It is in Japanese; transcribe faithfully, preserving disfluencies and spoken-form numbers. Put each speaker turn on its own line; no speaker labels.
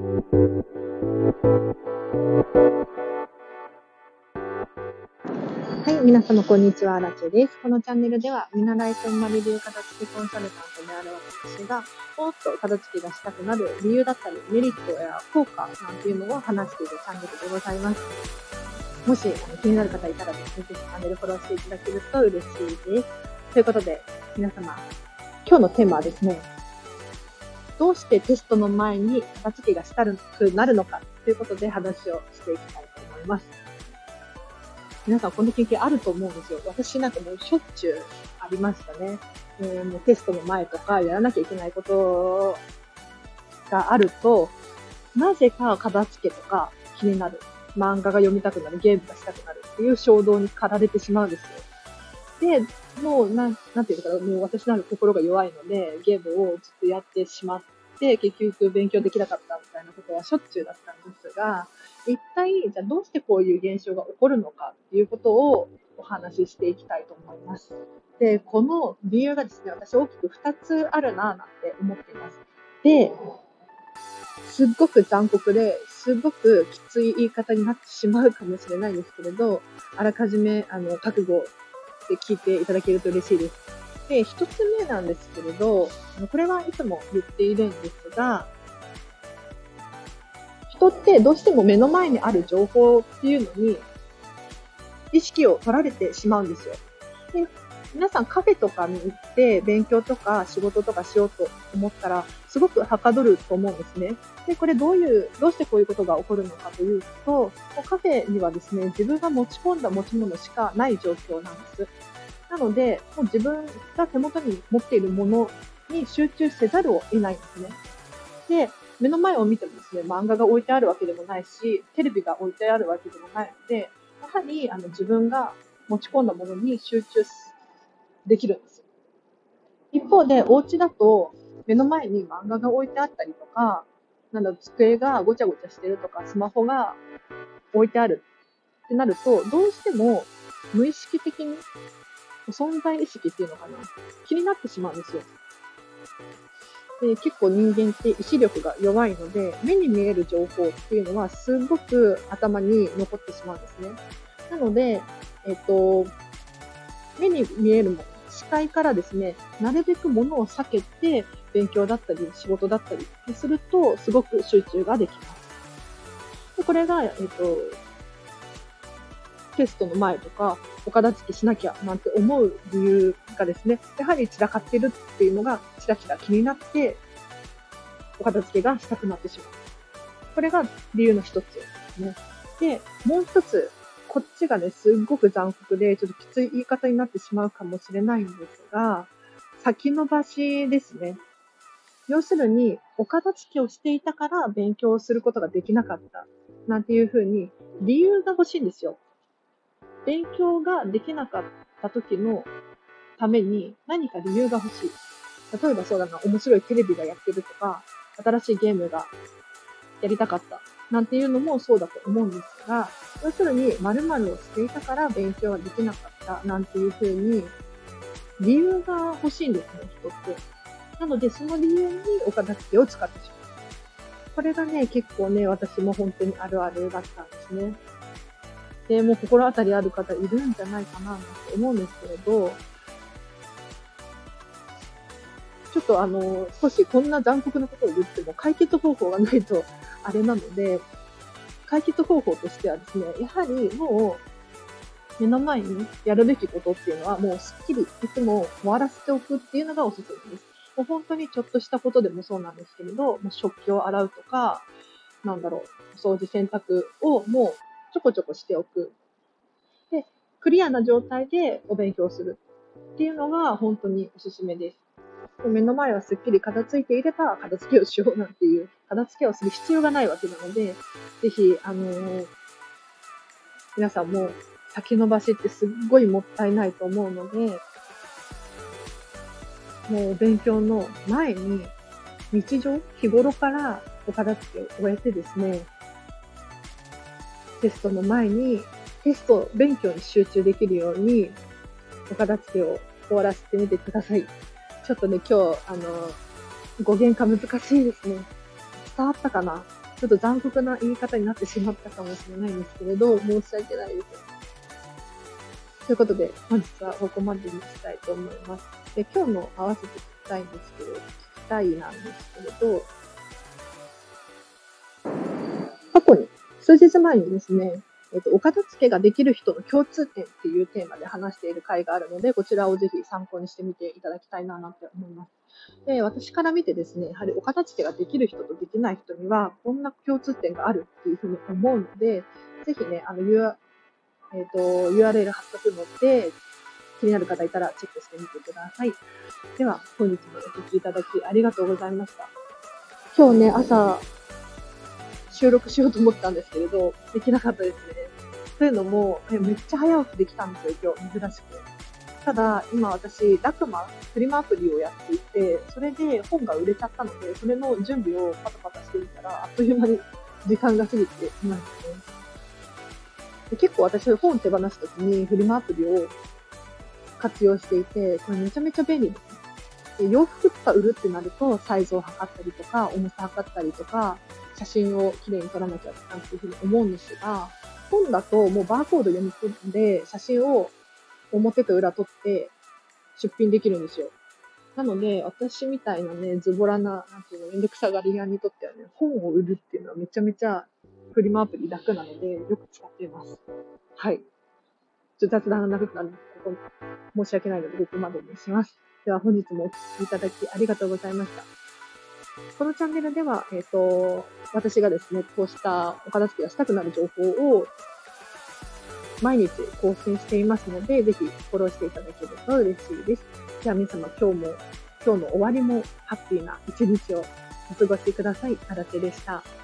はい、皆様こんにちは、ラチェです。このチャンネルでは、見習い専門レビュー片付けコンサルタントである私が、もっと片付けがしたくなる理由だったり、メリットや効果なんていうのを話しているチャンネルでございます。もしあの気になる方いたらですね、ぜひチャンネルフォローしていただけると嬉しいです。ということで、皆様、今日のテーマはですね、どうしてテストの前に片付けがしたくなるのかということで話をしていきたいと思います。皆さんこの経験あると思うんですよ。私なんかもうしょっちゅうありましたね。えー、もうテストの前とかやらなきゃいけないことがあると、なぜか片付けとか気になる。漫画が読みたくなる、ゲームがしたくなるっていう衝動に駆られてしまうんですよ。で、もうなん、なんていうのかな、もう私なる心が弱いので、ゲームをずっとやってしまって、結局勉強できなかったみたいなことはしょっちゅうだったんですが、一体、じゃあどうしてこういう現象が起こるのかっていうことをお話ししていきたいと思います。で、この理由がですね、私大きくふたつあるなぁなんて思っています。で、すっごく残酷で、すっごくきつい言い方になってしまうかもしれないんですけれど、あらかじめ、あの、覚悟で聞いていただけると嬉しいです。で、一つ目なんですけれど、これはいつも言っているんですが、人ってどうしても目の前にある情報っていうのに意識を取られてしまうんですよ。で、皆さんカフェとかに行って勉強とか仕事とかしようと思ったらすごくはかどると思うんですね。で、これどういう、どうしてこういうことが起こるのかというと、カフェにはですね、自分が持ち込んだ持ち物しかない状況なんです。なので、もう自分が手元に持っているものに集中せざるを得ないんですね。で、目の前を見てもですね、漫画が置いてあるわけでもないし、テレビが置いてあるわけでもないので、やはりあの自分が持ち込んだものに集中できるんですよ。一方で、お家だと目の前に漫画が置いてあったりとか、なんだろう、机がごちゃごちゃしてるとか、スマホが置いてあるってなると、どうしても無意識的に存在意識っていうのかな、気になってしまうんですよ。で、結構人間って意志力が弱いので、目に見える情報っていうのはすごく頭に残ってしまうんですね。なので、えっと、目に見えるもの、視界からですね、なるべくものを避けて勉強だったり仕事だったりすると、すごく集中ができます。でこれが、えっと、テストの前とか、お片付けしなきゃなんて思う理由がですね、やはり散らかってるっていうのがちらちら気になって、お片付けがしたくなってしまう。これが理由の一つですね。で、もう一つ、こっちがね、すっごく残酷で、ちょっときつい言い方になってしまうかもしれないんですが、先延ばしですね。要するに、お片付けをしていたから勉強をすることができなかった。なんていうふうに、理由が欲しいんですよ。勉強ができなかった時のために何か理由が欲しい。例えばそうだな、面白いテレビがやってるとか、新しいゲームがやりたかったなんていうのもそうだと思うんですが、要するに〇〇をしていたから勉強はできなかったなんていうふうに理由が欲しいんですね、人って。なのでその理由にお片付けを使ってしまう。これがね、結構ね、私も本当にあるあるだったんですね。で、もう心当たりある方いるんじゃないかなと思うんですけれど、ちょっとあの、少しこんな残酷なことを言っても解決方法がないとあれなので、解決方法としてはですね、やはりもう目の前にやるべきことっていうのはもうすっきりいつも終わらせておくっていうのがおすすめです。もう本当にちょっとしたことでもそうなんですけれど、もう食器を洗うとか、なんだろう、掃除洗濯をもうちょこちょこしておく。で、クリアな状態でお勉強するっていうのが本当におすすめです。目の前はすっきり片付いていれば片付けをしようなんていう片付けをする必要がないわけなので、ぜひ、あのー、皆さんも先延ばしってすっごいもったいないと思うので、もう勉強の前に日常、日頃からお片付けを終えてですね、テストの前にテスト勉強に集中できるようにお片付けを終わらせてみてください。ちょっとね、今日、あの、語源が難しいですね。伝わったかな？ ちょっと残酷な言い方になってしまったかもしれないんですけれど、申し訳ないです。ということで、本日はここまでにしたいと思います。で、今日の合わせて聞きたいんですけど、聞きたいなんですけれど、過去に、数日前にですね、えっと、お片付けができる人の共通点っていうテーマで話している回があるので、こちらをぜひ参考にしてみていただきたいな、なんて思います。で、私から見てですね、やはりお片付けができる人とできない人には、こんな共通点があるっていうふうに思うので、ぜひね、あの、ユーアール えっと、ユーアールエル 貼っとくので、気になる方いたらチェックしてみてください。では、本日もお聞きいただきありがとうございました。今日ね、朝、収録しようと思ったんですけれど、できなかったですね。というのも、めっちゃ早起きできたんですよ、今日、珍しく。ただ、今私、ラクマ、フリマアプリをやっていて、それで本が売れちゃったので、それの準備をパタパタしていたら、あっという間に時間が過ぎていましたね。で結構私、本手放すときにフリマアプリを活用していて、これめちゃめちゃ便利です。で洋服とか売るってなると、サイズを測ったりとか、重さ測ったりとか、写真をきれいに撮らなきゃっていうふうに思うんですが、本だともうバーコード読み込んで、写真を表と裏撮って出品できるんですよ。なので、私みたいなね、ズボラな、なんていうの、めんどくさがり屋にとってはね、本を売るっていうのはめちゃめちゃフリマアプリ楽なので、よく使っています。はい。ちょっと雑談が長くなるので、ここ、申し訳ないので、ここまでにします。では、本日もお聞きいただきありがとうございました。このチャンネルでは、えっと、私がですね、こうしたお片付けがしたくなる情報を毎日更新していますので、ぜひフォローしていただけると嬉しいです。では皆様、今日も、今日の終わりもハッピーな一日をお過ごしください。あらてでした。